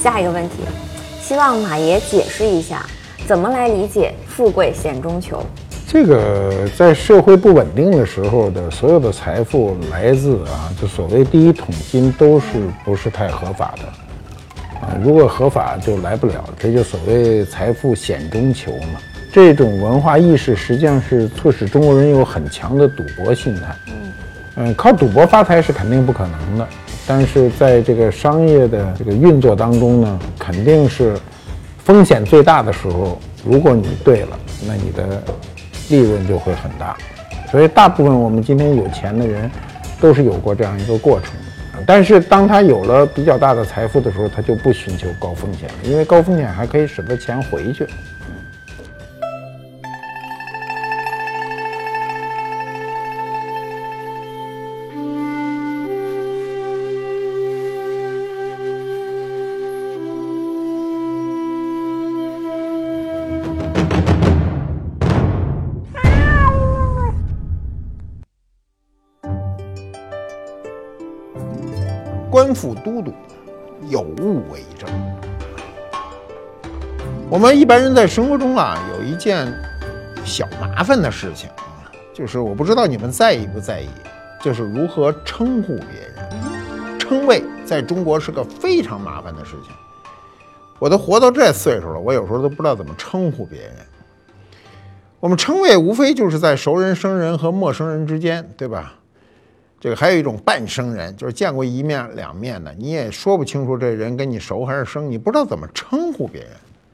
下一个问题，希望马爷解释一下，怎么来理解富贵险中求？ 这个在社会不稳定的时候的所有的财富来自就所谓第一桶金都是不是太合法的如果合法就来不了，这就所谓财富险中求嘛。这种文化意识实际上是促使中国人有很强的赌博心态。靠赌博发财是肯定不可能的，但是在这个商业的这个运作当中呢，肯定是风险最大的时候，如果你对了，那你的利润就会很大。所以大部分我们今天有钱的人都是有过这样一个过程。但是当他有了比较大的财富的时候，他就不寻求高风险了，因为高风险还可以使得钱回去。 官府都督有物为证。我们一般人在生活中有一件小麻烦的事情就是我不知道你们在意不在意，就是如何称呼别人。称谓在中国是个非常麻烦的事情。我都活到这岁数了，我有时候都不知道怎么称呼别人。我们称谓无非就是在熟人、生人和陌生人之间，对吧？这个还有一种半生人，就是见过一面两面的，你也说不清楚这人跟你熟还是生，你不知道怎么称呼别人。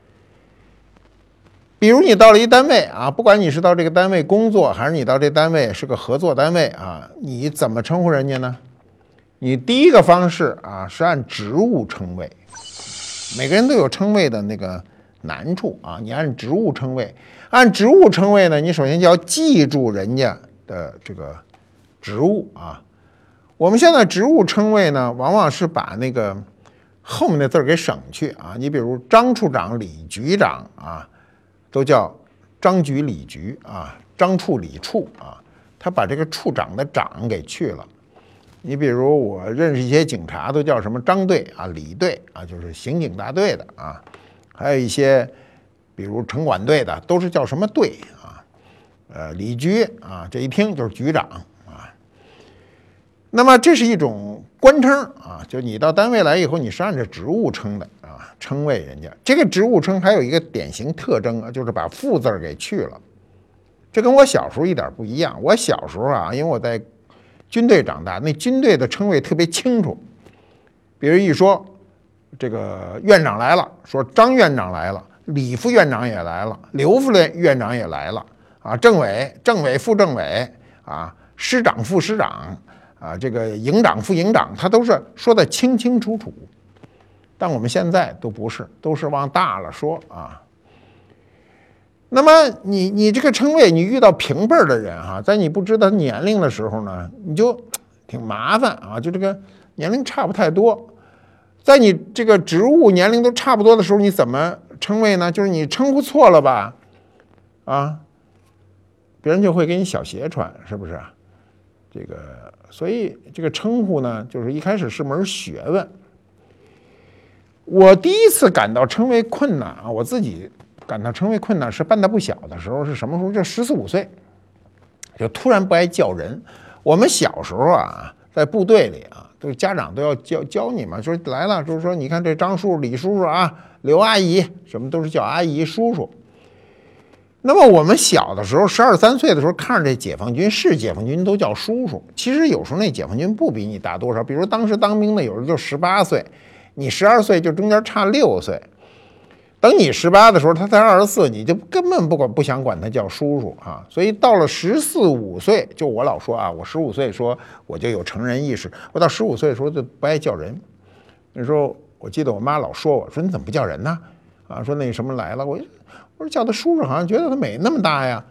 比如你到了一单位不管你是到这个单位工作，还是你到这单位是个合作单位你怎么称呼人家呢？你第一个方式是按职务称谓。每个人都有称谓的那个难处你按职务称谓。按职务称谓呢，你首先就要记住人家的这个职务我们现在职务称谓呢，往往是把那个后面的字给省去你比如张处长、李局长都叫张局、李局张处、李处他把这个处长的长给去了。你比如我认识一些警察都叫什么张队李队就是刑警大队的还有一些比如城管队的都是叫什么队李局这一听就是局长那么这是一种官称就你到单位来以后，你是按照职务称的称谓人家。这个职务称还有一个典型特征就是把副字给去了。这跟我小时候一点不一样。我小时候因为我在军队长大，那军队的称谓特别清楚。比如一说这个院长来了，说张院长来了，李副院长也来了，刘副院长也来了政委、政委、副政委师长、副师长这个营长、副营长，他都是说的清清楚楚。但我们现在都不是，都是往大了说那么你这个称谓，你遇到平辈的人在你不知道年龄的时候呢，你就挺麻烦就这个年龄差不太多。在你这个职务年龄都差不多的时候，你怎么称谓呢？就是你称呼错了吧别人就会给你小鞋穿，是不是这个所以这个称呼呢，就是一开始是门学问。我第一次感到称谓困难我自己感到称谓困难是半大不小的时候。是什么时候？就14、15岁，就突然不爱叫人。我们小时候在部队里都是家长都要教你嘛，说来了就是说，你看这张叔、李叔叔刘阿姨，什么都是叫阿姨、叔叔。那么我们小的时候12、13岁的时候，看着这解放军是解放军都叫叔叔，其实有时候那解放军不比你大多少。比如当时当兵的有人就18岁，你12岁就中间差6岁。等你18的时候，他才24，你就根本不想管他叫叔叔所以到了14、15岁，就我老说我15岁说我就有成人意识，我到15岁的时候就不爱叫人。那时候我记得我妈老说我说你怎么不叫人呢说那什么来了，我说叫他叔叔好像觉得他没那么大呀。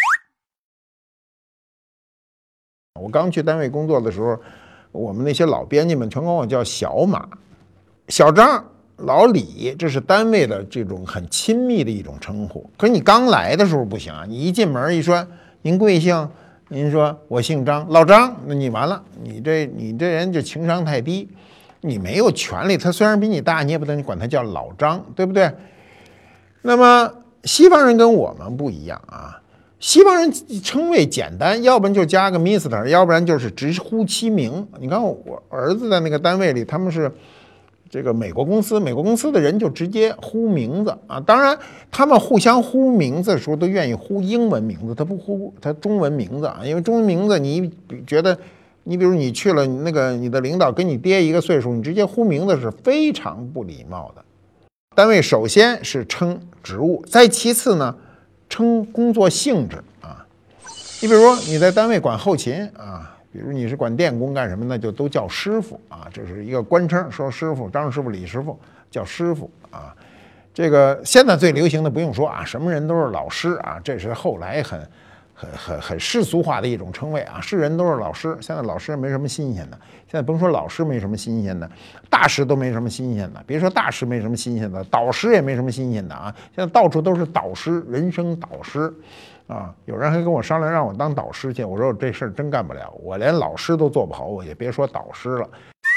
我刚去单位工作的时候，我们那些老编辑们全管我叫小马、小张、老李，这是单位的这种很亲密的一种称呼。可是你刚来的时候不行你一进门一说您贵姓，您说我姓张，老张，那你完了，你这人就情商太低。 你没有权利，他虽然比你大，你也不能管他叫老张，对不对？那么西方人跟我们不一样啊，西方人称谓简单，要不然就加个 Mr.， 要不然就是直呼其名。你看我儿子在那个单位里，他们是这个美国公司的人就直接呼名字啊。当然，他们互相呼名字的时候都愿意呼英文名字，他不呼他中文名字啊，因为中文名字你觉得，你比如你去了那个你的领导跟你爹一个岁数，你直接呼名字是非常不礼貌的。单位首先是称职务，再其次呢称工作性质啊。你比如说你在单位管后勤啊。比如你是管电工干什么呢？就都叫师傅啊，这是一个官称，说师傅、张师傅、李师傅叫师傅啊。这个现在最流行的不用说啊，什么人都是老师啊，这是后来很世俗化的一种称谓啊，是人都是老师。现在老师没什么新鲜的，现在甭说老师没什么新鲜的，大师都没什么新鲜的。别说大师没什么新鲜的，导师也没什么新鲜的啊。现在到处都是导师，人生导师。啊，有人还跟我商量让我当导师去，我说我这事儿真干不了，我连老师都做不好，我也别说导师了。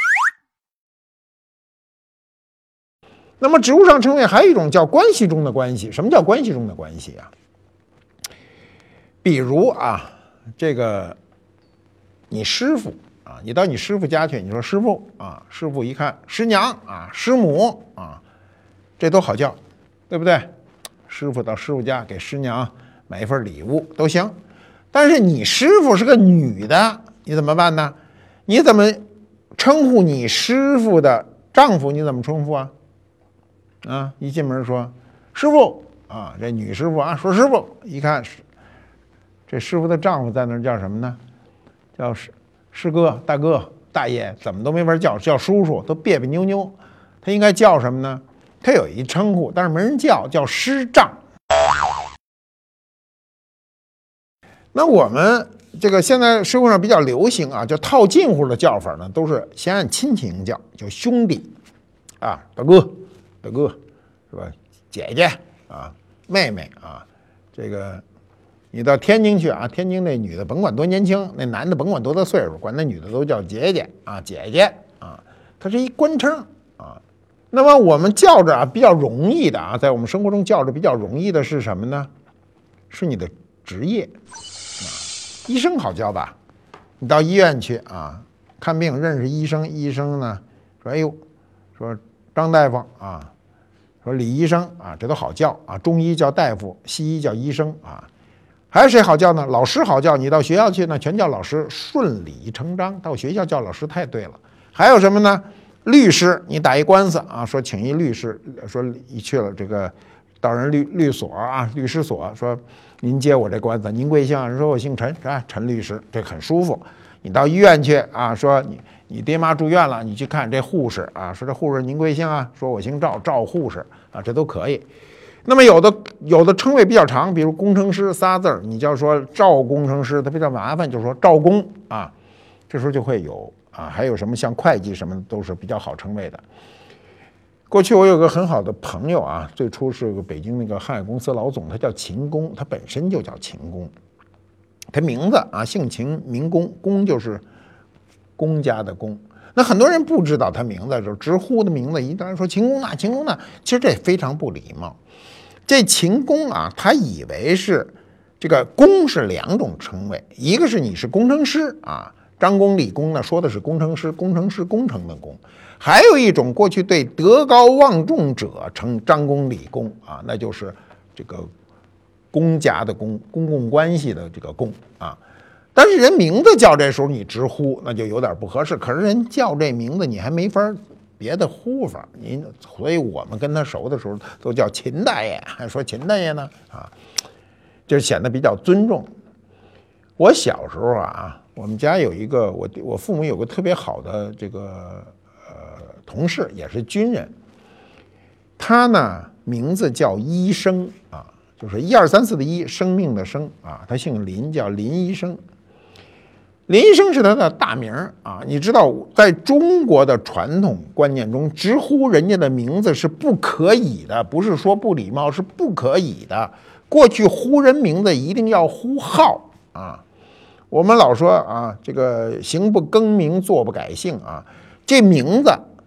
那么职务上称谓还有一种叫关系中的关系。什么叫关系中的关系啊？比如啊，这个你师傅啊，你到你师傅家去，你说师傅啊，师傅一看师娘啊，师母啊，这都好叫，对不对？师傅到师傅家给师娘买一份礼物都行，但是你师傅是个女的，你怎么办呢？你怎么称呼你师傅的丈夫？你怎么称呼啊？啊，一进门说师傅啊，这女师傅啊说师傅，一看这师傅的丈夫在那儿叫什么呢？叫师哥、大哥、大爷，怎么都没法叫叔叔，都别别扭扭。他应该叫什么呢？他有一称呼，但是没人叫师丈。那我们这个现在社会上比较流行啊，就套近乎的叫法呢，都是先按亲情叫，叫兄弟啊，大哥是吧？姐姐啊，妹妹啊，这个你到天津去啊，天津那女的甭管多年轻，那男的甭管多大岁数，管那女的都叫姐姐啊，姐姐啊，它是一官称啊。那么我们叫着啊比较容易的啊，在我们生活中叫着比较容易的是什么呢？是你的职业。医生好叫吧？你到医院去啊，看病认识医生，医生呢说：“哎呦，说张大夫啊，说李医生啊，这都好叫啊。中医叫大夫，西医叫医生啊。还有谁好叫呢？老师好叫，你到学校去呢，全叫老师，顺理成章。到学校叫老师太对了。还有什么呢？律师，你打一官司啊，说请一律师，说一去了这个到人律所啊，律师所说。”您接我这官司，您贵姓啊？人说我姓陈，是吧？陈律师，这很舒服。你到医院去啊，说你爹妈住院了，你去看这护士啊，说这护士您贵姓啊？说我姓赵，赵护士啊，这都可以。那么有的称谓比较长，比如工程师仨字儿，你就说赵工程师，它比较麻烦，就说赵工啊，这时候就会有啊，还有什么像会计什么的都是比较好称谓的。过去我有个很好的朋友啊，最初是个北京那个航海公司老总，他叫秦工，他本身就叫秦工，他名字啊姓秦名公，公就是公家的公。那很多人不知道他名字，就直呼的名字，一旦说秦工啊，秦工啊，其实这非常不礼貌。这秦工啊，他以为是这个工是两种称谓，一个是你是工程师啊，张工李工呢说的是工程师，工程师工程的工。还有一种过去对德高望重者称张公李公啊，那就是这个公家的公，公共关系的这个公啊。但是人名字叫这时候你直呼，那就有点不合适。可是人叫这名字你还没法别的呼法，所以我们跟他熟的时候都叫秦大爷，还说秦大爷呢啊，就显得比较尊重。我小时候啊，我们家有一个我父母有个特别好的这个同事，也是军人，他呢名字叫医生啊，就是1、2、3、4的医，生命的生啊，他姓林，叫林医生。林医生是他的大名啊。你知道，在中国的传统观念中，直呼人家的名字是不可以的，不是说不礼貌，是不可以的。过去呼人名字一定要呼号啊。我们老说啊，这个行不更名，坐不改姓啊。这名字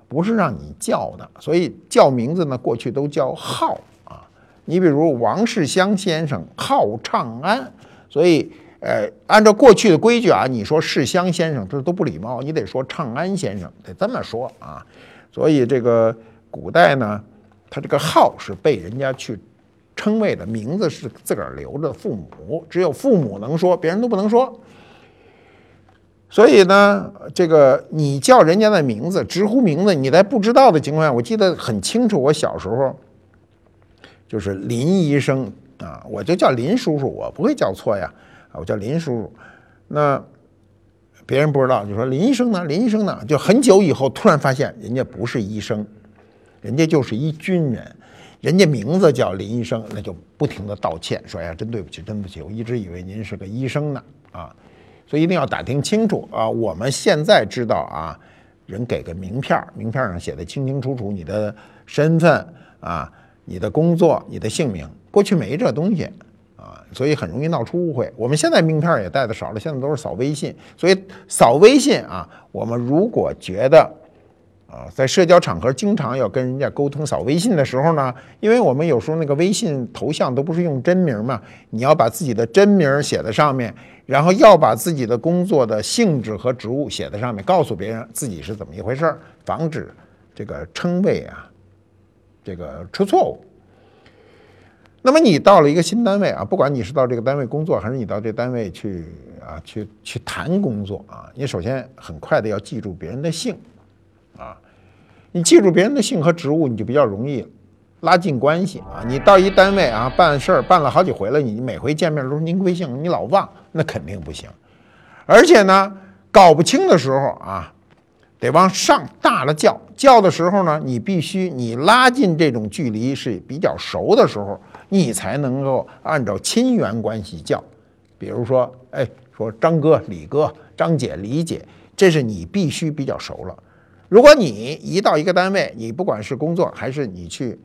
不是让你叫的，所以叫名字呢，过去都叫号啊。你比如王世襄先生号长安，所以按照过去的规矩啊，你说世襄先生这都不礼貌，你得说长安先生，得这么说啊。所以这个古代呢，他这个号是被人家去称谓的，名字是自个儿留着，父母只有父母能说，别人都不能说。所以呢，这个你叫人家的名字，直呼名字，你在不知道的情况下，我记得很清楚，我小时候就是林医生啊，我就叫林叔叔，我不会叫错呀，我叫林叔叔。那别人不知道，就说林医生呢，林医生呢，就很久以后突然发现人家不是医生，人家就是一军人，人家名字叫林医生，那就不停的道歉，说哎呀，真对不起，真对不起，我一直以为您是个医生呢啊。所以一定要打听清楚啊！我们现在知道啊，人给个名片，名片上写的清清楚楚，你的身份啊，你的工作，你的姓名。过去没这东西啊，所以很容易闹出误会。我们现在名片也带的少了，现在都是扫微信。所以扫微信啊，我们如果觉得在社交场合经常要跟人家沟通扫微信的时候呢，因为我们有时候那个微信头像都不是用真名嘛，你要把自己的真名写在上面，然后要把自己的工作的性质和职务写在上面，告诉别人自己是怎么一回事，防止这个称谓啊这个出错误。那么你到了一个新单位啊，不管你是到这个单位工作，还是你到这单位去谈工作啊，你首先很快的要记住别人的姓啊。你记住别人的姓和职务，你就比较容易拉近关系啊。你到一单位啊办事儿办了好几回了，你每回见面都是您贵姓，你老忘，那肯定不行。而且呢，搞不清的时候啊，得往上大了叫，叫的时候呢，你必须你拉近这种距离是比较熟的时候，你才能够按照亲缘关系叫。比如说，说张哥、李哥、张姐、李姐，这是你必须比较熟了。如果你一到一个单位，你不管是工作还是你去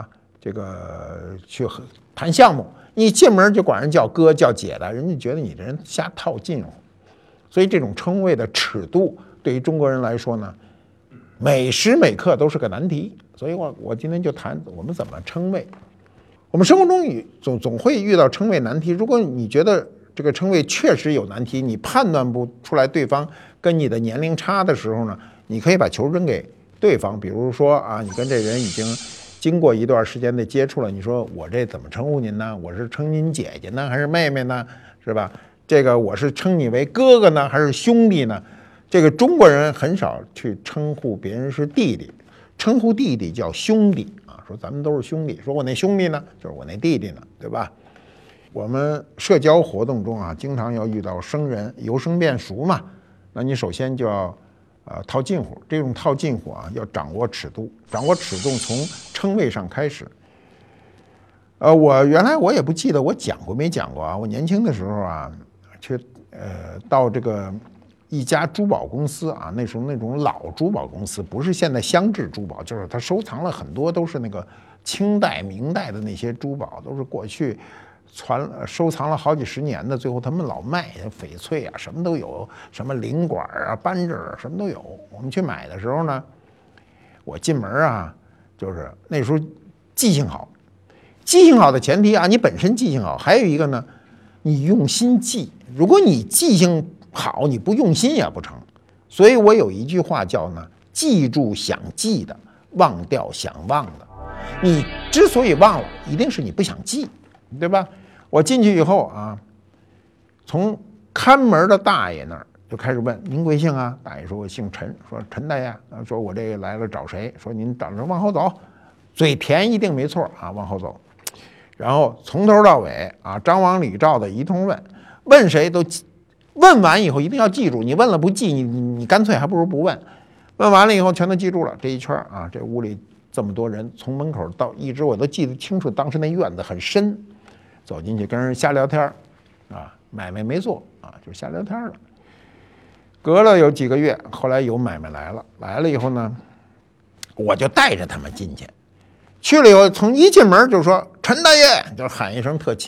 去谈项目，你进门就管人叫哥叫姐的，人家觉得你这人瞎套近乎。所以这种称谓的尺度对于中国人来说呢，每时每刻都是个难题。所以我今天就谈我们怎么称谓。我们生活中总会遇到称谓难题。如果你觉得这个称谓确实有难题，你判断不出来对方跟你的年龄差的时候呢，你可以把球扔给对方。比如说啊，你跟这人已经经过一段时间的接触了，你说我这怎么称呼您呢？我是称您姐姐呢，还是妹妹呢？是吧？这个我是称你为哥哥呢，还是兄弟呢？这个中国人很少去称呼别人是弟弟，称呼弟弟叫兄弟啊，说咱们都是兄弟，说我那兄弟呢，就是我那弟弟呢，对吧？我们社交活动中啊，经常要遇到生人，由生变熟嘛，那你首先就要套近乎。这种套近乎啊，要掌握尺度，掌握尺度从称谓上开始。我原来我也不记得我讲过没讲过啊。我年轻的时候啊，到这个一家珠宝公司啊，那时候那种老珠宝公司，不是现在镶制珠宝，就是它收藏了很多都是那个清代、明代的那些珠宝，都是过去收藏了好几十年的，最后他们老卖翡翠啊，什么都有，什么领管啊、扳指啊，什么都有。我们去买的时候呢，我进门啊，就是那时候记性好，记性好的前提啊，你本身记性好，还有一个呢，你用心记。如果你记性好，你不用心也不成。所以我有一句话叫呢，记住想记的，忘掉想忘的。你之所以忘了，一定是你不想记，对吧？我进去以后啊，从看门的大爷那儿就开始问您贵姓啊？大爷说我姓陈，说陈大爷，说我这个来了找谁？说您等着往后走，嘴甜一定没错啊，往后走。然后从头到尾啊，张王李赵的一通问，问谁都问完以后一定要记住，你问了不记，你干脆还不如不问。问完了以后全都记住了，这一圈啊，这屋里这么多人，从门口到一直我都记得清楚，当时那院子很深。走进去跟人瞎聊天啊，买卖没做啊，就是瞎聊天了。隔了有几个月，后来有买卖来了以后呢，我就带着他们进去。去了以后，从一进门就说陈大爷，就喊一声特亲，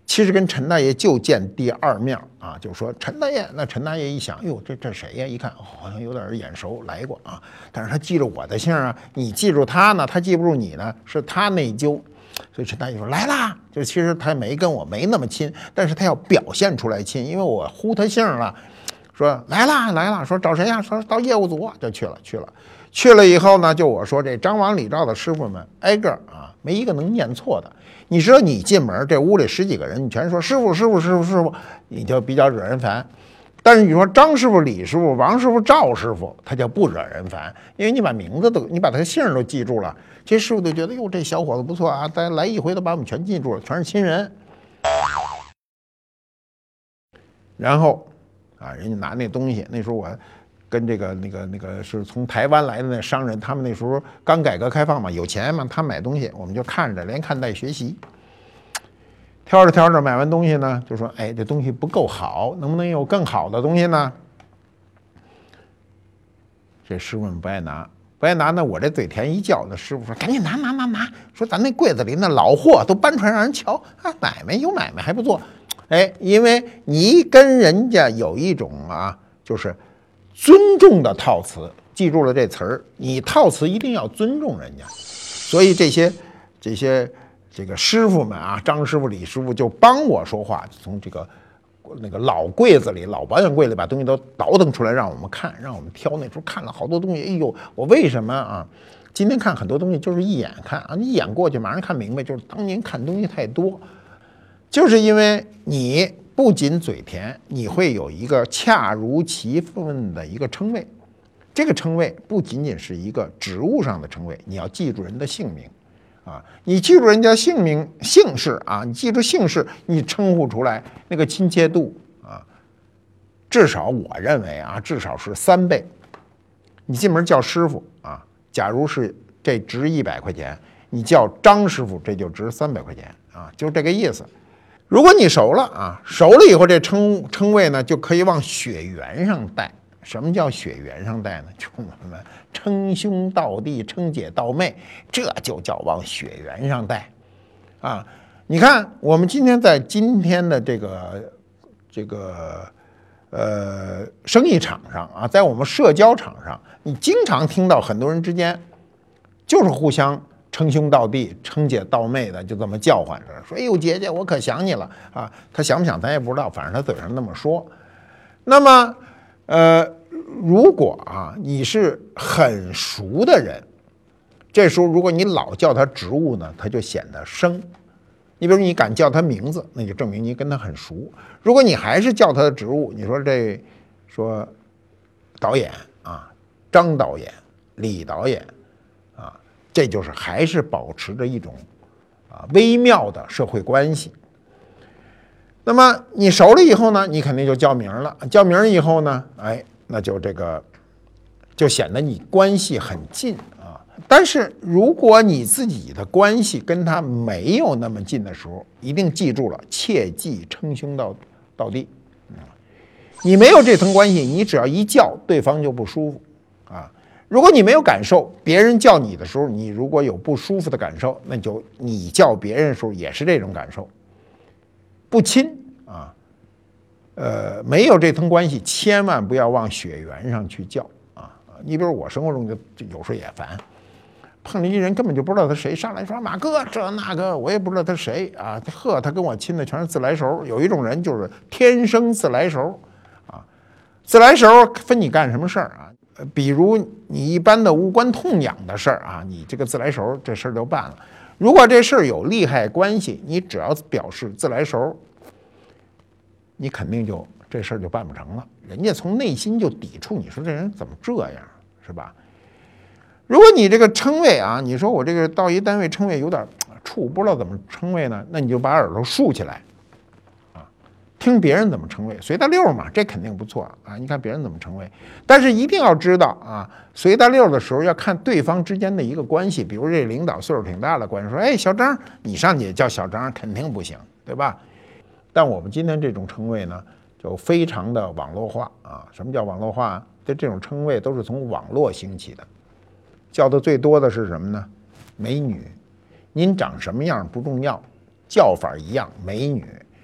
其实跟陈大爷就见第二面啊，就说陈大爷，那陈大爷一想，哟，这谁呀？一看，好像有点眼熟，来过啊。但是他记着我的姓啊，你记住他呢，他记不住你呢，是他内疚。所以陈大爷说来啦，就其实他跟我没那么亲，但是他要表现出来亲，因为我呼他姓了，说来啦，说找谁呀？说到业务组就去了以后呢，就我说这张王李赵的师傅们挨个啊，没一个能念错的。你知道你进门这屋里10几个人，你全说师傅，你就比较惹人烦。但是你说张师傅、李师傅、王师傅、赵师傅，他就不惹人烦，因为你把名字你把他的姓都记住了，这师傅就觉得哟，这小伙子不错啊，咱来一回都把我们全记住了，全是亲人。然后啊，人家拿那东西，那时候我跟那个是从台湾来的那商人，他们那时候刚改革开放嘛，有钱嘛，他买东西我们就看着，连看带学习。挑着买完东西呢，就说：“哎，这东西不够好，能不能有更好的东西呢？”这师傅们不爱拿呢。我这嘴甜一叫，那师傅说：“赶紧拿！说咱那柜子里那老货都搬出来让人瞧啊，有买卖还不错。哎，因为你跟人家有一种啊，就是尊重的套词，记住了这词儿，你套词一定要尊重人家。所以这个师傅们啊，张师傅、李师傅就帮我说话，从那个老柜子里、老保险柜里把东西都倒腾出来，让我们看，让我们挑。那时候看了好多东西，哎呦，我为什么啊？今天看很多东西就是一眼看啊，你一眼过去马上看明白，就是当年看东西太多，就是因为你不仅嘴甜，你会有一个恰如其分的一个称谓。这个称谓不仅仅是一个职务上的称谓，你要记住人的姓名。啊，你记住人家姓氏啊，你记住姓氏，你称呼出来那个亲切度啊，至少我认为啊，至少是3倍。你进门叫师傅啊，假如是这值100块钱，你叫张师傅这就值300块钱啊，就这个意思。如果你熟了啊，熟了以后这称谓呢就可以往血缘上带。什么叫血缘上带呢？就我们称兄道弟、称姐道妹，这就叫往血缘上带啊！你看，我们今天的这个生意场上啊，在我们社交场上，你经常听到很多人之间就是互相称兄道弟、称姐道妹的，就这么叫唤着，说：“哎呦，姐姐，我可想你了啊！”他想不想咱也不知道，反正他嘴上那么说。那么如果啊你是很熟的人，这时候如果你老叫他职务呢，他就显得生。你比如你敢叫他名字，那就证明你跟他很熟。如果你还是叫他的职务，你说导演啊，张导演、李导演啊，这就是还是保持着一种微妙的社会关系。那么你熟了以后呢，你肯定就叫名了。叫名以后呢，哎，那就就显得你关系很近啊。但是如果你自己的关系跟他没有那么近的时候，一定记住了，切忌称兄道弟。你没有这层关系，你只要一叫，对方就不舒服啊。如果你没有感受，别人叫你的时候，你如果有不舒服的感受，那就你叫别人的时候也是这种感受。不亲啊，没有这层关系，千万不要往血缘上去叫啊！你比如我生活中就有时候也烦，碰着一人根本就不知道他谁，上来说马哥这那个，我也不知道他谁啊，他跟我亲的全是自来熟。有一种人就是天生自来熟啊，自来熟分你干什么事儿啊？比如你一般的无关痛痒的事儿啊，你这个自来熟这事儿就办了。如果这事儿有利害关系，你只要表示自来熟，你肯定这事儿就办不成了。人家从内心就抵触，你说这人怎么这样，是吧？如果你这个称谓啊，你说我这个到一单位称谓有点怵，不知道怎么称谓呢，那你就把耳朵竖起来啊，听别人怎么称谓，随大溜嘛，这肯定不错啊。你看别人怎么称谓，但是一定要知道啊，随大溜的时候要看对方之间的一个关系。比如这领导岁数挺大的，管说：“哎，小张，你上去叫小张，肯定不行，对吧？”但我们今天这种称谓呢，就非常的网络化啊。什么叫网络化？这种称谓都是从网络兴起的。叫的最多的是什么呢？美女。您长什么样不重要，叫法一样，美女。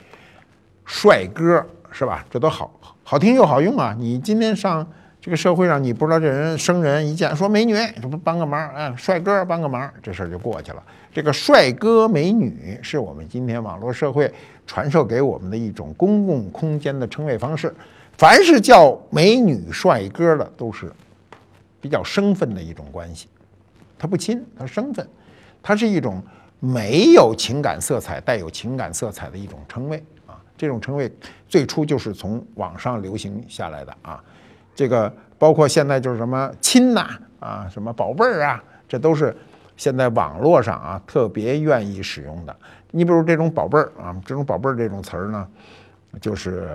帅哥，是吧？这都好听又好用啊！你今天上这个社会上，你不知道这人生人一见说美女，这不帮个忙，哎，帅哥帮个忙，这事儿就过去了。这个帅哥美女是我们今天网络社会传授给我们的一种公共空间的称谓方式。凡是叫美女帅哥的，都是比较生分的一种关系，它不亲，它生分，它是一种没有情感色彩、带有情感色彩的一种称谓啊。这种称谓最初就是从网上流行下来的啊。这个包括现在就是什么亲呐啊，什么宝贝儿啊，这都是现在网络上啊特别愿意使用的。你比如这种宝贝儿啊，这种宝贝儿这种词儿呢，就是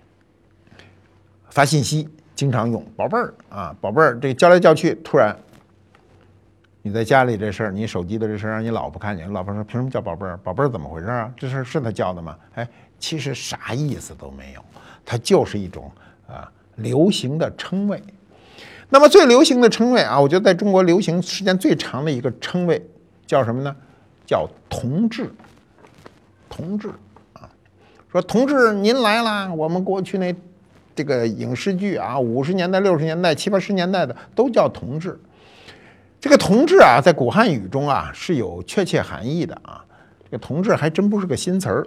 发信息经常用宝贝儿啊，宝贝儿，这个叫来叫去，突然你在家里这事儿，你手机的这事儿让你老婆看见，老婆说凭什么叫宝贝儿？宝贝儿怎么回事啊？这事儿是他叫的吗？哎，其实啥意思都没有，它就是一种流行的称谓。那么最流行的称谓啊，我觉得在中国流行时间最长的一个称谓叫什么呢？叫同志。同志啊，说同志您来啦，我们过去那这个影视剧啊，50年代、60年代、70、80年代的都叫同志。这个同志啊，在古汉语中啊是有确切含义的啊。这个同志还真不是个新词儿，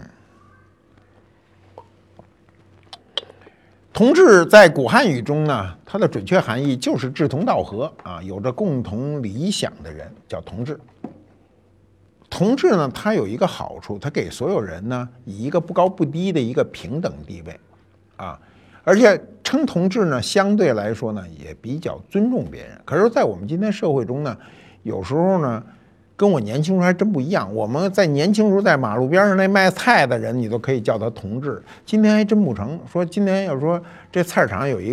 同志在古汉语中呢，它的准确含义就是志同道合啊，有着共同理想的人叫同志。同志呢，它有一个好处，它给所有人呢以一个不高不低的一个平等地位啊，而且称同志呢，相对来说呢也比较尊重别人。可是，在我们今天社会中呢，有时候呢，跟我年轻时候还真不一样。我们在年轻时候在马路边上那卖菜的人，你都可以叫他同志。今天还真不成。说今天要说这菜市场有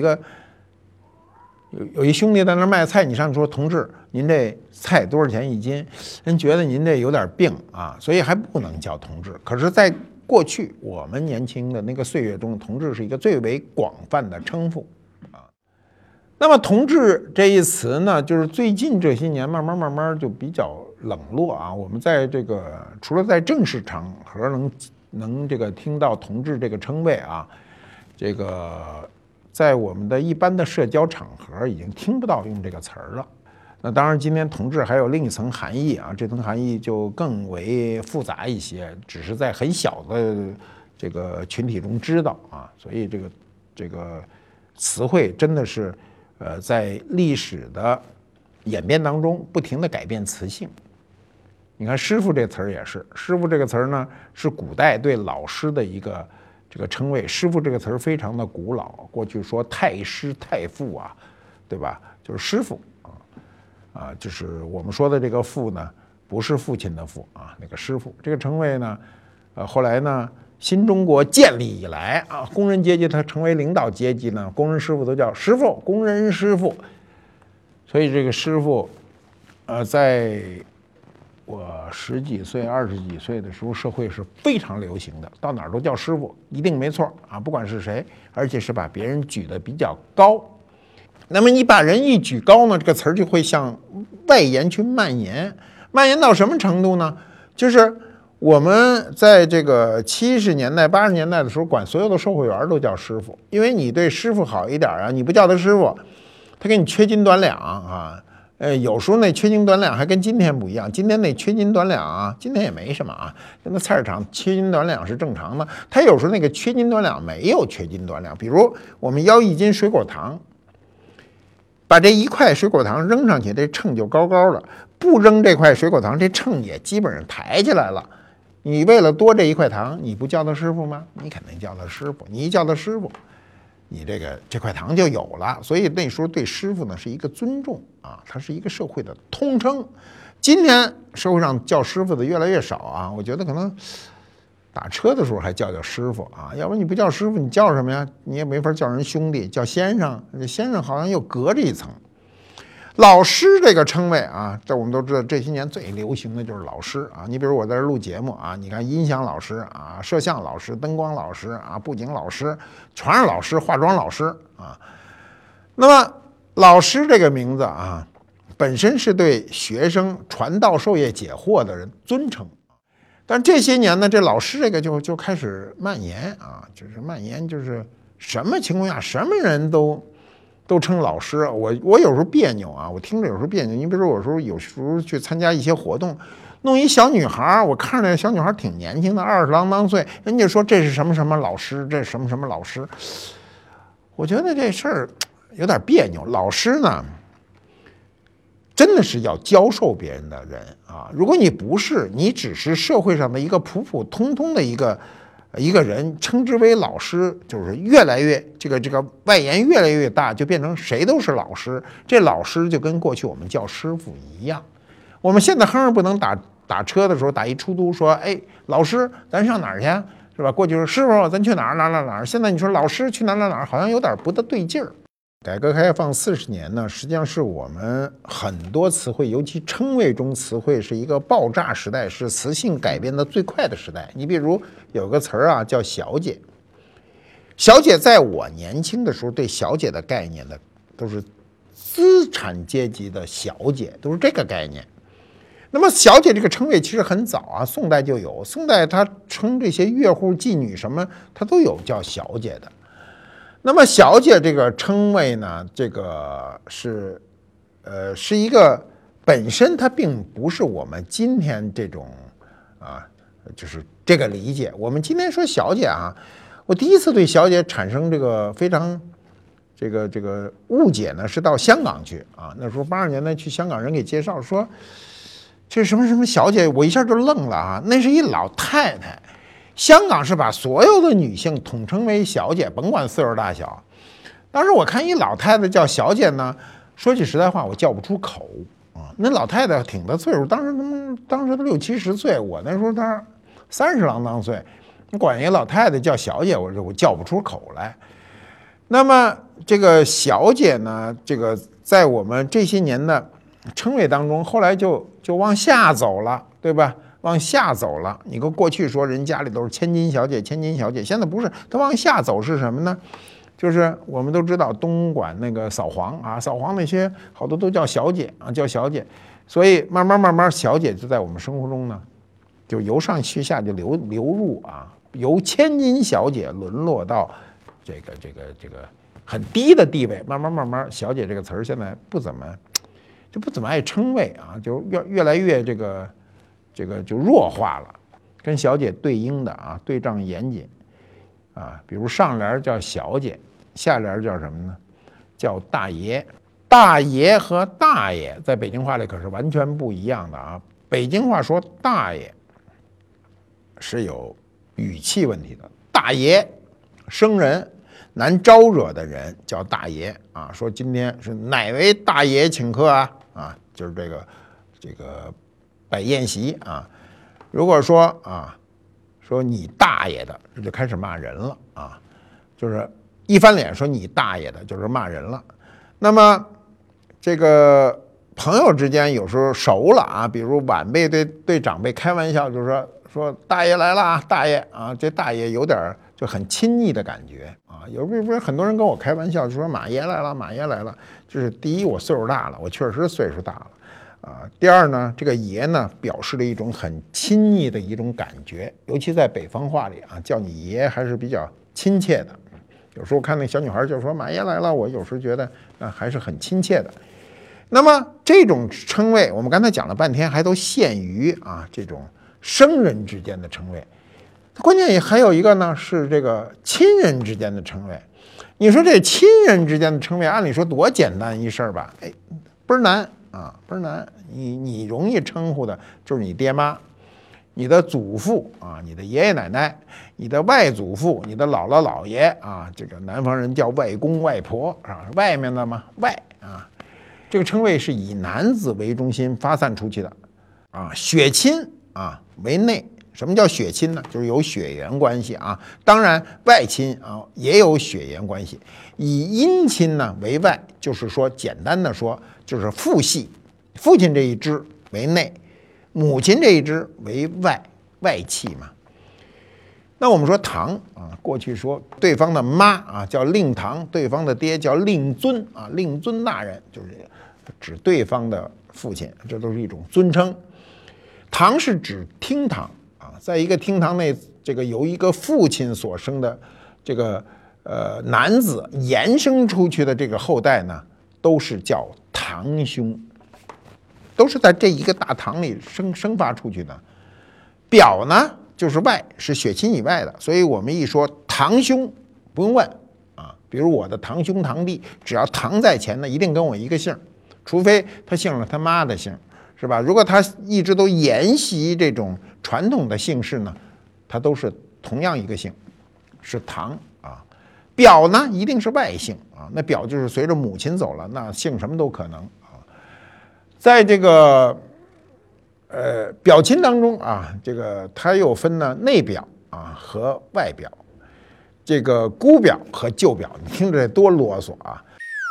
一兄弟在那卖菜，你上去说同志，您这菜多少钱一斤？人觉得您这有点病啊，所以还不能叫同志。可是，在过去我们年轻的那个岁月中，同志是一个最为广泛的称呼啊。那么同志这一词呢，就是最近这些年慢慢就比较冷落啊。我们在这个除了在正式场合能这个听到同志这个称谓啊，这个在我们的一般的社交场合已经听不到用这个词儿了。那当然，今天同志还有另一层含义啊，这层含义就更为复杂一些，只是在很小的这个群体中知道啊，所以这个词汇真的是在历史的演变当中不停地改变词性。你看师傅这词儿也是，师傅这个词儿呢是古代对老师的一个这个称谓。师傅这个词儿非常的古老，过去说太师太傅啊，对吧？就是师傅啊，就是我们说的这个父呢，不是父亲的父啊，那个师傅这个称谓呢，后来呢，新中国建立以来啊，工人阶级他成为领导阶级呢，工人师傅都叫师傅，工人师傅。所以这个师傅，在我10几岁、20几岁的时候，社会是非常流行的，到哪儿都叫师傅，一定没错啊，不管是谁，而且是把别人举得比较高。那么你把人一举高呢，这个词儿就会向外延去蔓延，蔓延到什么程度呢？就是我们在这个70年代、80年代的时候，管所有的售货员都叫师傅，因为你对师傅好一点啊，你不叫他师傅，他给你缺斤短两啊。有时候那缺斤短两还跟今天不一样，今天那缺斤短两啊，今天也没什么啊。那菜市场缺斤短两是正常的，他有时候那个缺斤短两没有缺斤短两，比如我们要1斤水果糖，把这1块水果糖扔上去，这秤就高高的；不扔这块水果糖，这秤也基本上抬起来了。你为了多这1块糖，你不叫他师傅吗？你肯定叫他师傅。你一叫他师傅，你这块糖就有了。所以那时候对师傅呢是一个尊重啊，它是一个社会的通称。今天社会上叫师傅的越来越少啊，我觉得可能打车的时候还叫师傅啊，要不然你不叫师傅，你叫什么呀？你也没法叫人兄弟，叫先生。这先生好像又隔着一层。老师这个称谓啊，这我们都知道，这些年最流行的就是老师啊。你比如我在这录节目啊，你看音响老师啊、摄像老师、灯光老师啊、布景老师，全是老师，化妆老师啊。那么老师这个名字啊，本身是对学生传道授业解惑的人尊称。 但这些年呢，这老师这个就开始蔓延啊，就是蔓延，就是什么情况下什么人都称老师。我有时候别扭啊，我听着有时候别扭。你比如说，有时候去参加一些活动，弄一小女孩，我看着小女孩挺年轻的，20郎当岁，人家说这是什么什么老师，这是什么什么老师，我觉得这事儿有点别扭。老师呢，真的是要教授别人的人啊！如果你不是，你只是社会上的一个普普通通的一个人，称之为老师，就是越来越这个外延越来越大，就变成谁都是老师。这老师就跟过去我们叫师傅一样。我们现在哼不能打车的时候打一出租说，哎，老师，咱上哪儿去？是吧？过去说师傅，咱去哪儿？现在你说老师去哪儿，好像有点不大对劲儿。改革开放40年呢，实际上是我们很多词汇，尤其称谓中词汇是一个爆炸时代，是词性改变的最快的时代。你比如有个词儿啊，叫小姐。小姐在我年轻的时候，对小姐的概念呢，都是资产阶级的小姐，都是这个概念。那么小姐这个称谓其实很早啊，宋代就有。宋代他称这些乐户、妓女什么，他都有叫小姐的。那么小姐这个称谓呢，这个是一个本身它并不是我们今天这种就是这个理解。我们今天说小姐啊，我第一次对小姐产生这个非常这个误解呢，是到香港去啊。那时候80年代去香港，人给介绍说这是什么什么小姐，我一下就愣了啊，那是一老太太。香港是把所有的女性统称为小姐，甭管岁数大小。当时我看一老太太叫小姐呢，说句实在话，我叫不出口啊。那老太太挺大岁数，当时都60、70岁，我那时候她30郎当岁，你管一个老太太叫小姐，我叫不出口来。那么这个小姐呢，这个在我们这些年的称谓当中，后来就往下走了，对吧？往下走了，你跟过去说人家里都是千金小姐，现在不是，它往下走是什么呢？就是我们都知道东莞那个扫黄啊，扫黄那些好多都叫小姐啊，叫小姐，所以慢慢小姐就在我们生活中呢，就由上去下就流入啊，由千金小姐沦落到这个很低的地位，慢慢小姐这个词儿现在不怎么爱称谓啊，就越来越这个就弱化了，跟小姐对应的啊，对仗严谨啊，比如上联叫小姐，下联叫什么呢？叫大爷。大爷和大爷在北京话里可是完全不一样的啊。北京话说大爷是有语气问题的，大爷生人难招惹的人叫大爷啊。说今天是哪位大爷请客啊，就是这个摆宴席啊。如果说说你大爷的，这就开始骂人了啊，就是一翻脸说你大爷的，就是骂人了。那么这个朋友之间有时候熟了啊，比如晚辈对长辈开玩笑，就是说大爷来了啊，大爷啊，这大爷有点就很亲昵的感觉啊。有不是很多人跟我开玩笑，就说马爷来了，就是第一我岁数大了，我确实岁数大了。第二呢，这个爷呢表示了一种很亲昵的一种感觉，尤其在北方话里啊，叫你爷还是比较亲切的。有时候看那小女孩就说马爷来了，我有时候觉得还是很亲切的。那么这种称谓，我们刚才讲了半天，还都限于这种生人之间的称谓。关键也还有一个呢，是这个亲人之间的称谓。你说这亲人之间的称谓，按理说多简单一事儿吧？哎，倍儿难。不是难，你容易称呼的就是你爹妈、你的祖父你的爷爷奶奶、你的外祖父、你的姥姥姥爷这个南方人叫外公外婆外面的嘛外这个称谓是以男子为中心发散出去的血亲为内。什么叫血亲呢？就是有血缘关系当然外亲也有血缘关系。以姻亲呢为外，就是说简单的说，就是父系，父亲这一支为内，母亲这一支为外戚嘛。那我们说堂过去说对方的妈叫令堂，对方的爹叫令尊令尊大人，就是指对方的父亲，这都是一种尊称。堂是指厅堂在一个厅堂内，这个由一个父亲所生的这个男子延伸出去的这个后代呢，都是叫堂兄，都是在这一个大堂里生发出去的。表呢就是外，是血亲以外的，所以我们一说堂兄不用问啊，比如我的堂兄堂弟，只要堂在前呢，一定跟我一个姓，除非他姓了他妈的姓，是吧？如果他一直都沿袭这种传统的姓氏呢，他都是同样一个姓，是堂啊。表呢一定是外姓啊，那表就是随着母亲走了，那姓什么都可能啊。在这个表亲当中啊，这个它又分呢内表啊和外表，这个姑表和舅表，你听着多啰嗦啊！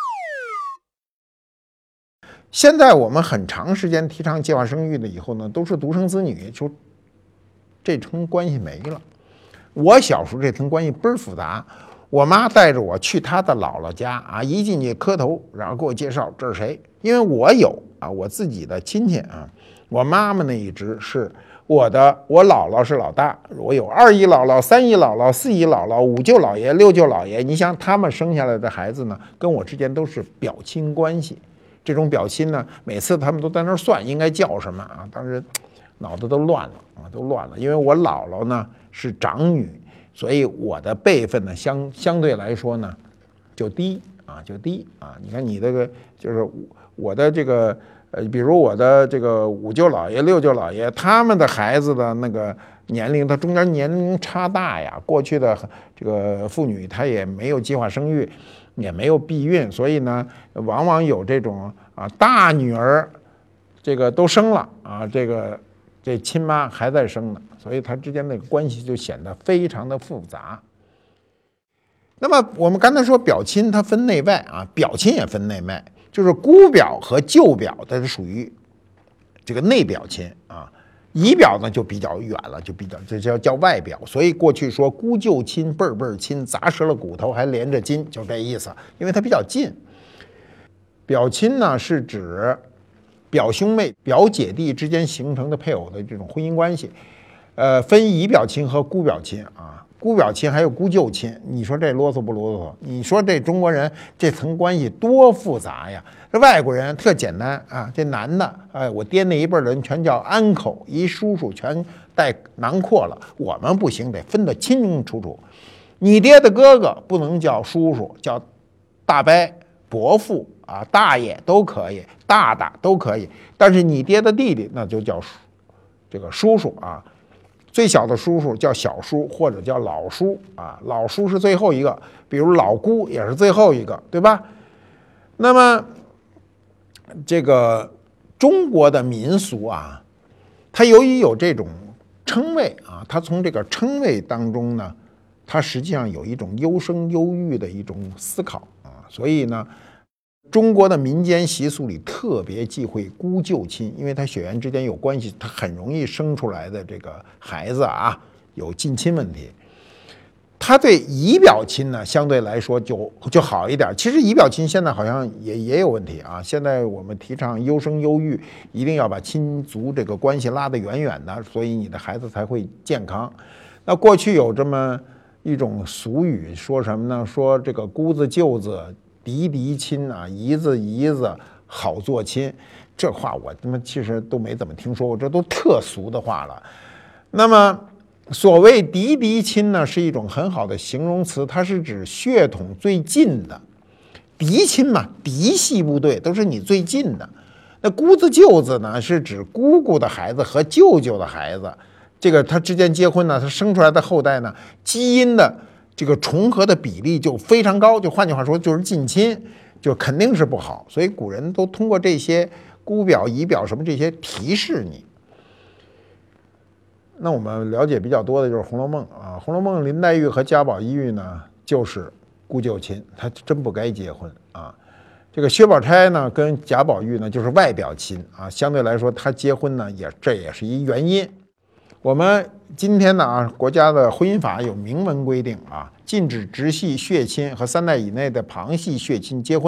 现在我们很长时间提倡计划生育的以后呢，都是独生子女，就这层关系没了。我小时候这层关系倍儿复杂，我妈带着我去她的姥姥家啊，一进去磕头，然后给我介绍这是谁，因为我有啊我自己的亲戚啊。我妈妈那一支是我姥姥是老大，我有2姨姥姥、3姨姥姥、4姨姥姥、5舅姥爷、6舅姥爷。你想他们生下来的孩子呢，跟我之间都是表亲关系。这种表亲呢，每次他们都在那儿算应该叫什么啊，当时脑子都乱了啊，都乱了。因为我姥姥呢是长女，所以我的辈分呢相对来说呢就低啊，就低啊。你看你这个就是我的这个。比如我的这个5舅姥爷、6舅姥爷，他们的孩子的那个年龄，他中间年龄差大呀。过去的这个妇女，她也没有计划生育，也没有避孕，所以呢，往往有这种啊，大女儿这个都生了啊，这亲妈还在生呢，所以他之间的关系就显得非常的复杂。那么我们刚才说表亲它分内外啊，表亲也分内外。就是姑表和舅表，它是属于这个内表亲啊，姨表呢就比较远了，就比较这叫外表。所以过去说姑舅亲辈辈亲，砸折了骨头还连着筋，就这意思，因为它比较近。表亲呢是指表兄妹、表姐弟之间形成的配偶的这种婚姻关系，分姨表亲和姑表亲啊。姑表亲还有姑舅亲，你说这啰嗦不啰嗦？你说这中国人这层关系多复杂呀？这外国人特简单啊，这男的，我爹那一辈人全叫 uncle， 一叔叔全带囊括了。我们不行，得分得清清楚楚。你爹的哥哥不能叫叔叔，叫大伯、伯父啊、大爷都可以，大大都可以。但是你爹的弟弟那就叫这个叔叔啊。最小的叔叔叫小叔或者叫老叔啊，老叔是最后一个，比如老姑也是最后一个，对吧？那么这个中国的民俗啊，它由于有这种称谓啊，它从这个称谓当中呢，它实际上有一种优生优育的一种思考啊，所以呢，中国的民间习俗里特别忌讳姑舅亲，因为他血缘之间有关系，他很容易生出来的这个孩子啊有近亲问题。他对姨表亲呢相对来说就好一点。其实姨表亲现在好像也有问题啊。现在我们提倡优生优育，一定要把亲族这个关系拉得远远的，所以你的孩子才会健康。那过去有这么一种俗语，说什么呢？说这个姑子舅子嫡嫡亲啊，姨子姨子好做亲，这话我他妈其实都没怎么听说过，这都特俗的话了。那么所谓嫡嫡亲呢，是一种很好的形容词，它是指血统最近的。嫡亲嘛，嫡系部队都是你最近的。那姑子舅子呢，是指姑姑的孩子和舅舅的孩子，这个他之间结婚呢，他生出来的后代呢，基因的这个重合的比例就非常高，就换句话说就是近亲，就肯定是不好。所以古人都通过这些姑表、姨表什么这些提示你。那我们了解比较多的就是《红楼梦》啊，《红楼梦》林黛玉和贾宝玉呢就是姑舅亲，他真不该结婚啊。这个薛宝钗呢跟贾宝玉呢就是外表亲啊，相对来说他结婚呢这也是一原因。我们今天呢啊，国家的婚姻法有明文规定啊，禁止直系血亲和3代以内的旁系血亲结婚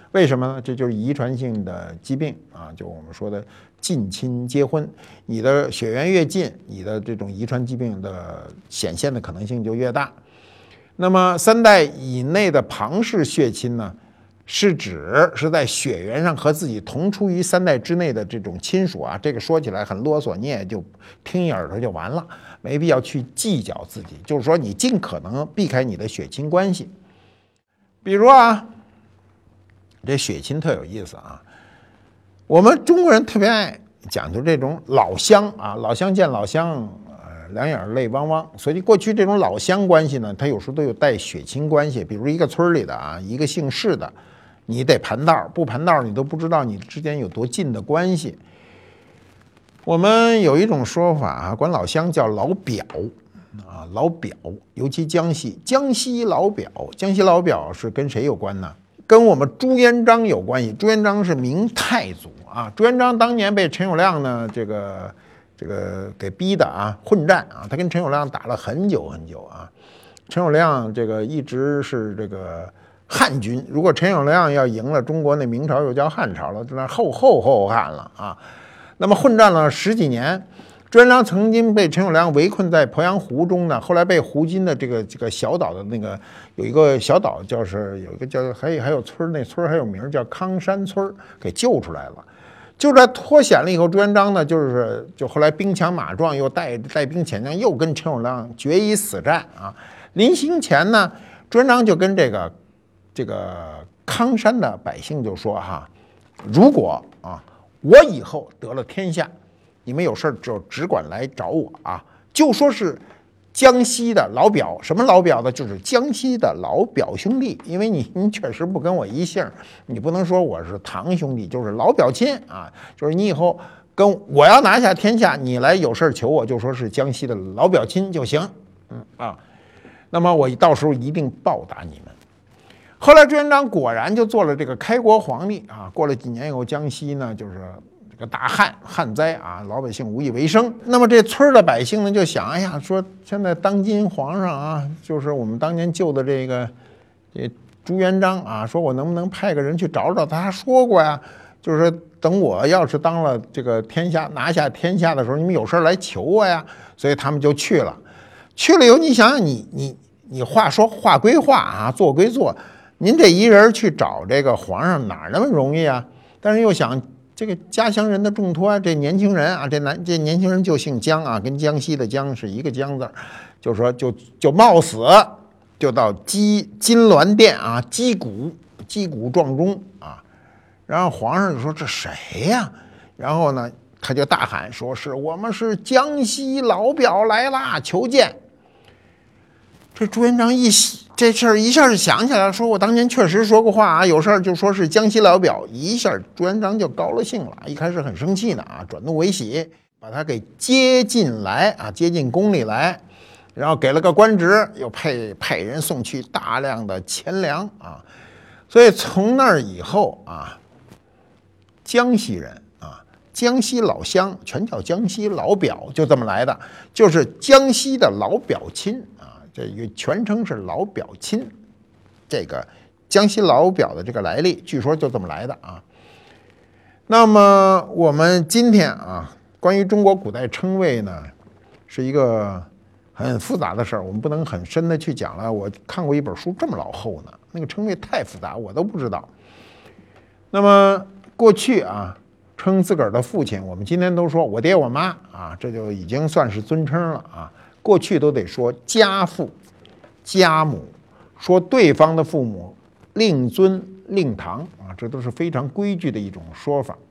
为什么呢？这就是遗传性的疾病啊，就我们说的近亲结婚，你的血缘越近，你的这种遗传疾病的显现的可能性就越大。那么3代以内的旁氏血亲呢，是指是在血缘上和自己同出于3代之内的这种亲属啊。这个说起来很啰嗦，你也就听一耳朵就完了，没必要去计较自己。就是说，你尽可能避开你的血亲关系。比如啊，这血亲特有意思啊，我们中国人特别爱讲究这种老乡啊，老乡见老乡，两眼泪汪汪。所以过去这种老乡关系呢，它有时候都有带血亲关系。比如一个村里的啊，一个姓氏的，你得盘道，不盘道你都不知道你之间有多近的关系。我们有一种说法啊，管老乡叫老表啊，老表，尤其江西老表，江西老表是跟谁有关呢？跟我们朱元璋有关系。朱元璋是明太祖啊，朱元璋当年被陈友谅呢这个给逼的啊，混战啊，他跟陈友谅打了很久很久啊。陈友谅这个一直是这个汉军，如果陈友谅要赢了，中国那明朝又叫汉朝了，那后汉了啊。那么混战了10几年。朱元璋曾经被陈友谅围困在鄱阳湖中呢，后来被湖津的这个小岛的那个有一个小岛，就是有一个叫还有村，那村还有名叫康山村，给救出来了。就在脱险了以后，朱元璋呢就后来兵强马壮，又带兵遣将，又跟陈友谅决一死战啊。临行前呢，朱元璋就跟这个康山的百姓就说哈，如果啊我以后得了天下，你们有事就只管来找我啊！就说是江西的老表，什么老表呢？就是江西的老表兄弟，因为您确实不跟我一姓，你不能说我是堂兄弟，就是老表亲啊！就是你以后跟我要拿下天下，你来有事求我，就说是江西的老表亲就行，那么我到时候一定报答你们。后来朱元璋果然就做了这个开国皇帝啊！过了几年以后，江西呢就是大旱灾啊，老百姓无以为生。那么这村的百姓呢，就想，哎呀，说现在当今皇上啊，就是我们当年救的这朱元璋啊，说我能不能派个人去找找他？他说过呀，就是等我要是当了这个天下，拿下天下的时候，你们有事来求我呀。所以他们就去了。去了以后，你想想，你话说话归话啊，做归做，您这一人去找这个皇上哪那么容易啊？但是又想。这个家乡人的重托，这年轻人啊，这年轻人就姓江啊，跟江西的江是一个江字，就说就冒死就到金銮殿啊击鼓撞钟啊，然后皇上就说这谁呀？然后呢他就大喊说是我们是江西老表来啦，求见。这朱元璋这事儿一下就想起来了，说我当年确实说过话啊，有事儿就说是江西老表，一下朱元璋就高了兴了，一开始很生气呢啊，转怒为喜，把他给接进来啊，接进宫里来，然后给了个官职，又派人送去大量的钱粮啊，所以从那儿以后啊，江西人啊，江西老乡全叫江西老表，就这么来的，就是江西的老表亲。这个全称是老表亲，这个江西老表的这个来历，据说就这么来的啊。那么我们今天啊，关于中国古代称谓呢，是一个很复杂的事儿，我们不能很深的去讲了。我看过一本书，这么老厚呢，那个称谓太复杂，我都不知道。那么过去啊，称自个儿的父亲，我们今天都说我爹我妈啊，这就已经算是尊称了啊。过去都得说家父、家母，说对方的父母令尊、令堂啊，这都是非常规矩的一种说法。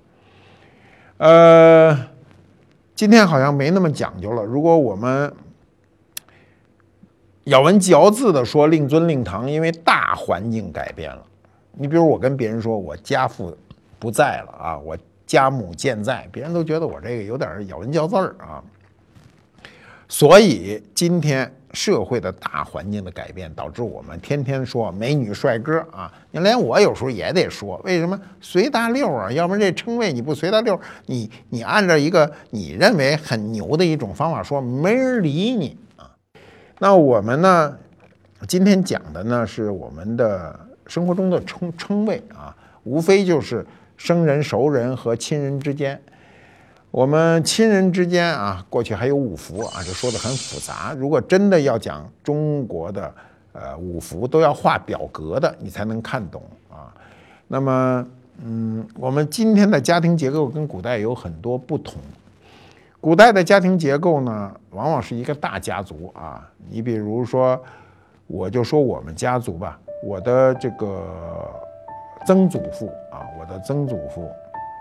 今天好像没那么讲究了。如果我们咬文嚼字的说令尊、令堂，因为大环境改变了。你比如我跟别人说我家父不在了啊，我家母健在，别人都觉得我这个有点咬文嚼字啊。所以今天社会的大环境的改变，导致我们天天说美女帅哥啊，你连我有时候也得说，为什么随大溜啊？要不然这称谓你不随大溜，你按照一个你认为很牛的一种方法说，没人理你啊。那我们呢，今天讲的呢是我们的生活中的称谓啊。 无非就是生人、熟人和亲人之间。我们亲人之间啊，过去还有五福啊，这说的很复杂。如果真的要讲中国的五福，都要画表格的，你才能看懂啊。那么我们今天的家庭结构跟古代有很多不同。古代的家庭结构呢，往往是一个大家族啊。你比如说，我就说我们家族吧，我的这个曾祖父啊，我的曾祖父。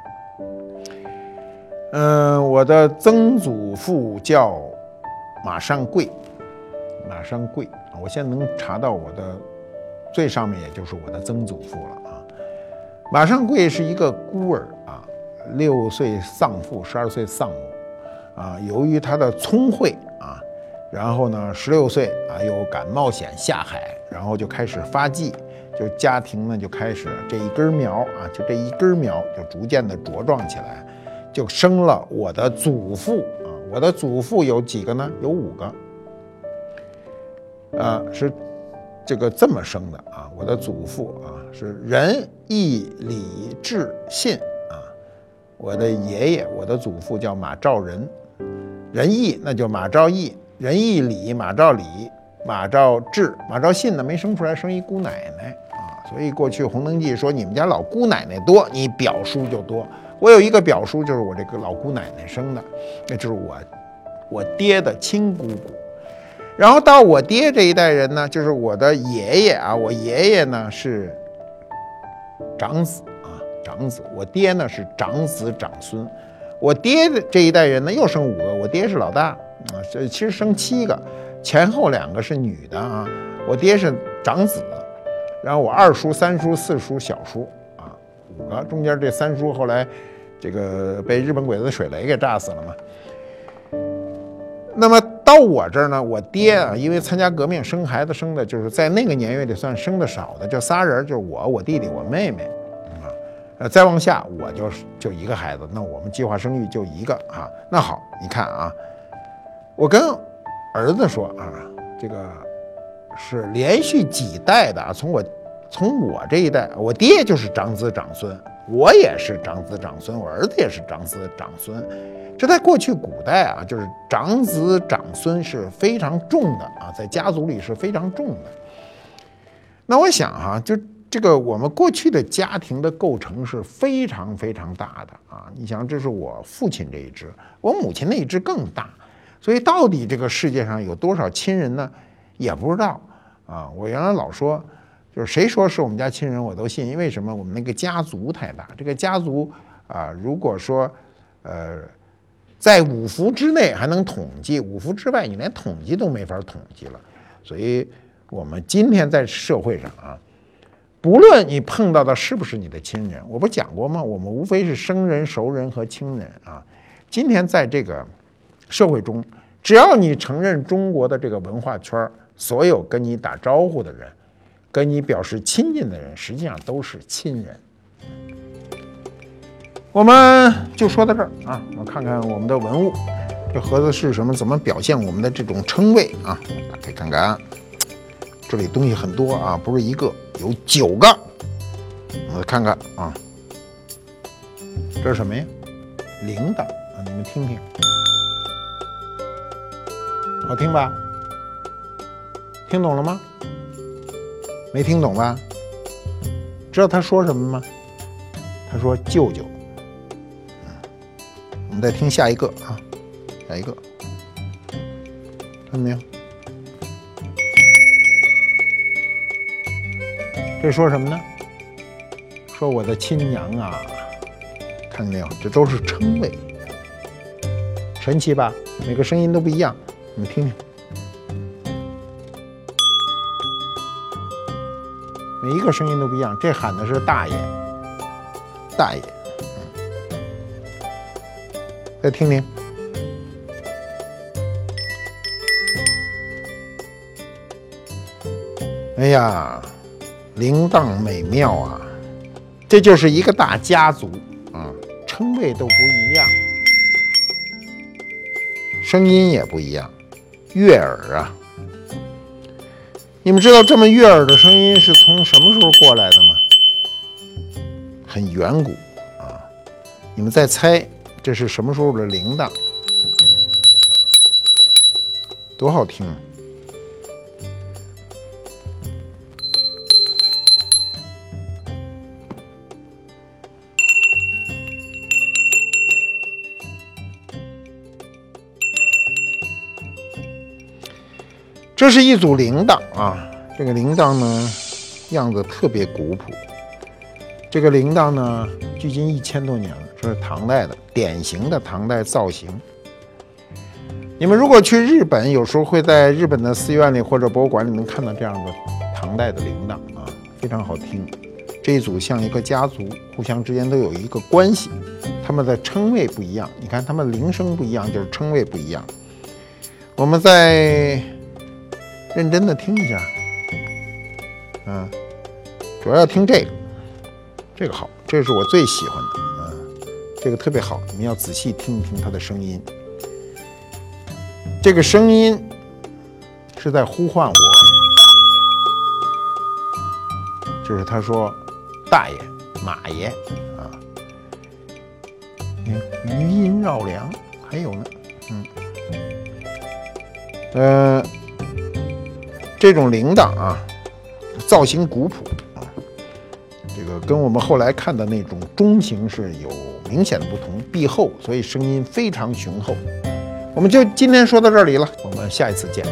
我的曾祖父叫马上贵，马上贵啊，我现在能查到我的最上面，也就是我的曾祖父了啊。马上贵是一个孤儿啊，6岁丧父，12岁丧母啊。由于他的聪慧啊，然后呢，16岁啊又敢冒险下海，然后就开始发迹，就家庭呢就开始这一根苗啊，就这一根苗就逐渐的茁壮起来。就生了我的祖父啊，我的祖父有几个呢？有5个，是这个这么生的啊。我的祖父啊是仁义礼智信啊。我的爷爷，我的祖父叫马兆仁，仁义那就马兆义，仁义礼马兆礼，马兆智，马兆信呢没生出来，生一姑奶奶啊。所以过去《红灯记》说你们家老姑奶奶多，你表叔就多。我有一个表叔，就是我这个老姑奶奶生的，那就是我爹的亲姑姑。然后到我爹这一代人呢，就是我的爷爷啊，我爷爷呢是长子啊，长子，我爹呢是长子长孙。我爹的这一代人呢又生5个，我爹是老大啊，这其实生7个，前后2个是女的啊。我爹是长子，然后我2叔、3叔、4叔、小叔。5个，中间这3叔后来这个被日本鬼子的水雷给炸死了嘛。那么到我这儿呢，我爹啊，因为参加革命生孩子生的就是在那个年月里算生的少的，就仨人，就是我弟弟、我妹妹啊。再往下我就1个孩子，那我们计划生育就1个啊。那好，你看啊，我跟儿子说啊，这个是连续几代的啊，从我这一代，我爹就是长子长孙，我也是长子长孙，我儿子也是长子长孙。这在过去古代啊，就是长子长孙是非常重的啊，在家族里是非常重的。那我想哈，就这个我们过去的家庭的构成是非常非常大的啊。你想，这是我父亲这一支，我母亲那一支更大，所以到底这个世界上有多少亲人呢？也不知道啊。我原来老说。就是谁说是我们家亲人，我都信。因为什么？我们那个家族太大，这个家族啊，如果说在5福之内还能统计，5福之外你连统计都没法统计了。所以我们今天在社会上啊，不论你碰到的是不是你的亲人，我不讲过吗？我们无非是生人、熟人和亲人啊。今天在这个社会中，只要你承认中国的这个文化圈，所有跟你打招呼的人，跟你表示亲近的人，实际上都是亲人。我们就说到这儿啊，我看看我们的文物，这盒子是什么？怎么表现我们的这种称谓啊？打开看看，这里东西很多啊，不是1个，有9个。我看看啊，这是什么呀？铃铛啊，你们听听，好听吧？听懂了吗？没听懂吧？知道他说什么吗？他说舅舅。我们再听下一个啊，下一个，看到没有？这说什么呢？说我的亲娘啊，看见没有？这都是称谓，神奇吧？每个声音都不一样，你们听听。每一个声音都不一样，这喊的是大爷，大爷，再听听，哎呀，铃铛美妙啊！这就是一个大家族啊，称谓都不一样，声音也不一样，悦耳啊！你们知道这么悦耳的声音是从什么时候过来的吗？ 很远古啊。你们再猜这是什么时候的铃铛？多好听！这是一组铃铛啊，这个铃铛呢样子特别古朴。这个铃铛呢距今1000多年了，这是唐代的，典型的唐代造型。你们如果去日本，有时候会在日本的寺院里或者博物馆里面看到这样的唐代的铃铛啊，非常好听。这一组像一个家族，互相之间都有一个关系，他们的称谓不一样。你看他们铃声不一样，就是称谓不一样。我们再认真的听一下，主要要听这个，这个好，这是我最喜欢的，这个特别好，你们要仔细听一听它的声音。这个声音是在呼唤我，就是他说大爷马爷啊，余音绕梁，还有呢，这种铃铛啊，造型古朴啊，这个跟我们后来看的那种钟形是有明显的不同，壁厚，所以声音非常雄厚。我们就今天说到这里了，我们下一次见。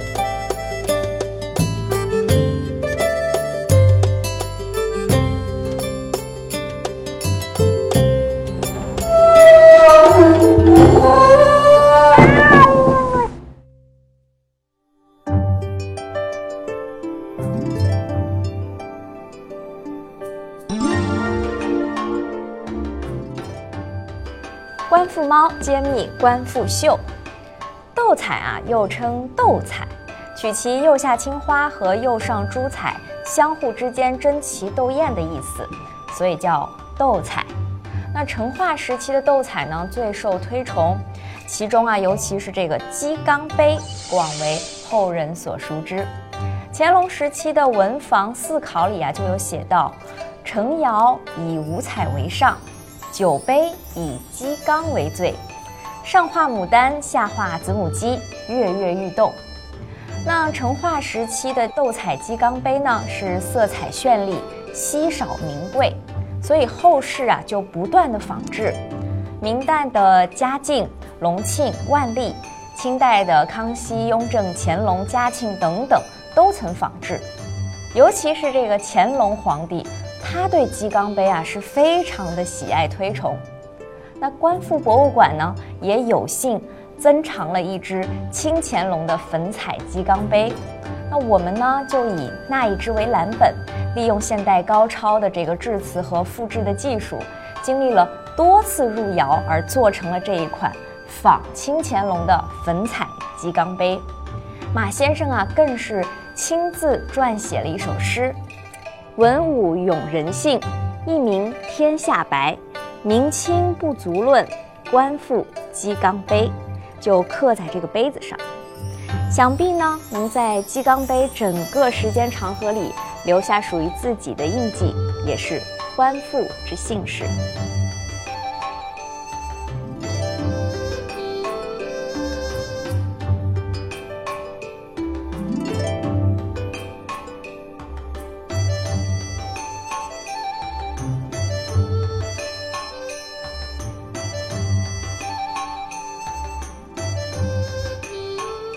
官复猫揭秘官复秀。斗彩啊，又称斗彩，取其右下青花和右上珠彩相互之间争奇斗艳的意思，所以叫斗彩。那成化时期的斗彩呢，最受推崇，其中啊，尤其是这个鸡缸杯，广为后人所熟知。乾隆时期的文房四考里啊，就有写到：成窑以五彩为上，酒杯以鸡缸为最，上画牡丹，下画子母鸡，跃跃欲动。那成化时期的斗彩鸡缸杯呢，是色彩绚丽，稀少名贵，所以后世啊就不断的仿制。明代的嘉靖、隆庆、万历，清代的康熙、雍正、乾隆、嘉庆等等都曾仿制。尤其是这个乾隆皇帝，他对鸡缸杯啊是非常的喜爱推崇。那官复博物馆呢，也有幸增藏了一只清乾隆的粉彩鸡缸杯。那我们呢，就以那一只为蓝本，利用现代高超的这个制瓷和复制的技术，经历了多次入窑而做成了这一款仿清乾隆的粉彩鸡缸杯。马先生啊，更是亲自撰写了一首诗：文武咏人性，一鸣天下白。明清不足论，官复鸡缸杯，就刻在这个杯子上。想必呢，能在鸡缸杯整个时间长河里留下属于自己的印记，也是官复之幸事。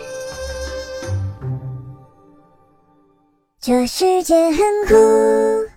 这世界很酷。